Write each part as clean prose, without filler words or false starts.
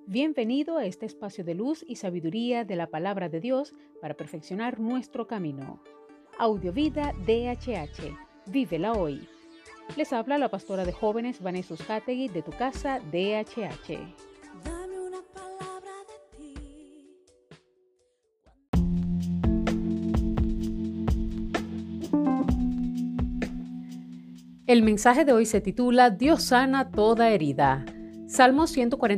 Bienvenido a este espacio de luz y sabiduría de la palabra de Dios para perfeccionar nuestro camino. Audiovida DHH. Vívela hoy. Les habla la pastora de jóvenes Vanessa Uzcategui de Tu Casa DHH. Dame una palabra de ti. El mensaje de hoy se titula Dios sana toda herida. Salmo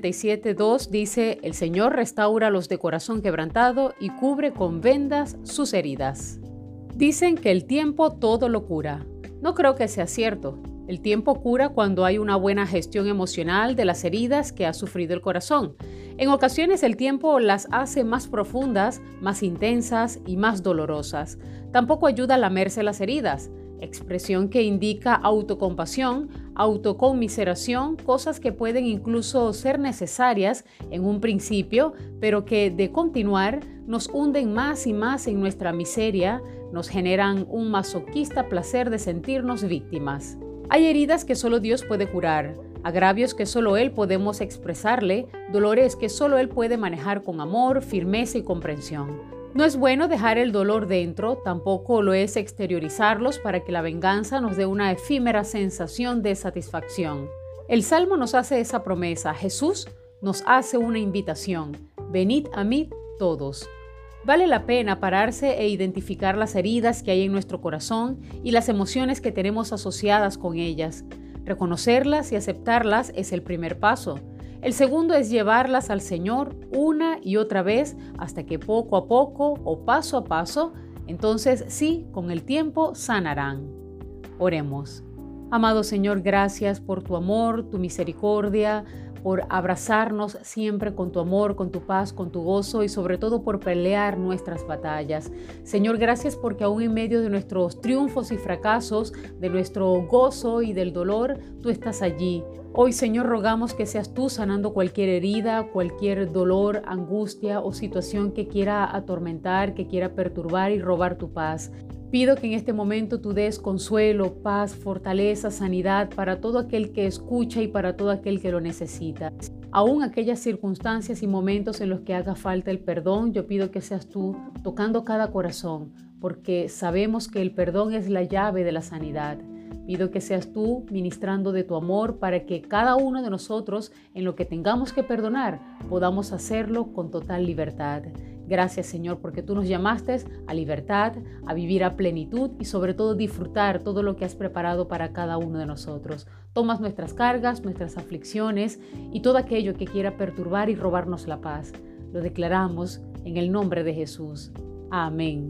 147:2 dice: El Señor restaura a los de corazón quebrantado y cubre con vendas sus heridas. Dicen que el tiempo todo lo cura. No creo que sea cierto. El tiempo cura cuando hay una buena gestión emocional de las heridas que ha sufrido el corazón. En ocasiones el tiempo las hace más profundas, más intensas y más dolorosas. Tampoco ayuda a lamerse las heridas, expresión que indica autocompasión, autoconmiseración, cosas que pueden incluso ser necesarias en un principio, pero que de continuar nos hunden más y más en nuestra miseria, nos generan un masoquista placer de sentirnos víctimas. Hay heridas que solo Dios puede curar, agravios que solo Él podemos expresarle, dolores que solo Él puede manejar con amor, firmeza y comprensión. No es bueno dejar el dolor dentro, tampoco lo es exteriorizarlos para que la venganza nos dé una efímera sensación de satisfacción. El Salmo nos hace esa promesa, Jesús nos hace una invitación, venid a mí todos. Vale la pena pararse e identificar las heridas que hay en nuestro corazón y las emociones que tenemos asociadas con ellas. Reconocerlas y aceptarlas es el primer paso. El segundo es llevarlas al Señor una y otra vez hasta que poco a poco o paso a paso, entonces sí, con el tiempo sanarán. Oremos. Amado Señor, gracias por tu amor, tu misericordia, por abrazarnos siempre con tu amor, con tu paz, con tu gozo y sobre todo por pelear nuestras batallas. Señor, gracias porque aún en medio de nuestros triunfos y fracasos, de nuestro gozo y del dolor, tú estás allí. Hoy, Señor, rogamos que seas tú sanando cualquier herida, cualquier dolor, angustia o situación que quiera atormentar, que quiera perturbar y robar tu paz. Pido que en este momento tú des consuelo, paz, fortaleza, sanidad para todo aquel que escucha y para todo aquel que lo necesita. Aún aquellas circunstancias y momentos en los que haga falta el perdón, yo pido que seas tú tocando cada corazón, porque sabemos que el perdón es la llave de la sanidad. Pido que seas tú ministrando de tu amor para que cada uno de nosotros, en lo que tengamos que perdonar, podamos hacerlo con total libertad. Gracias, Señor, porque tú nos llamaste a libertad, a vivir a plenitud y sobre todo disfrutar todo lo que has preparado para cada uno de nosotros. Tomas nuestras cargas, nuestras aflicciones y todo aquello que quiera perturbar y robarnos la paz. Lo declaramos en el nombre de Jesús. Amén.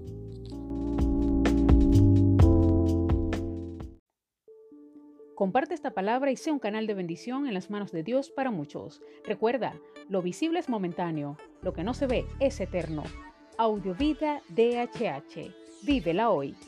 Comparte esta palabra y sea un canal de bendición en las manos de Dios para muchos. Recuerda, lo visible es momentáneo, lo que no se ve es eterno. Audiovida DHH. Vívela hoy.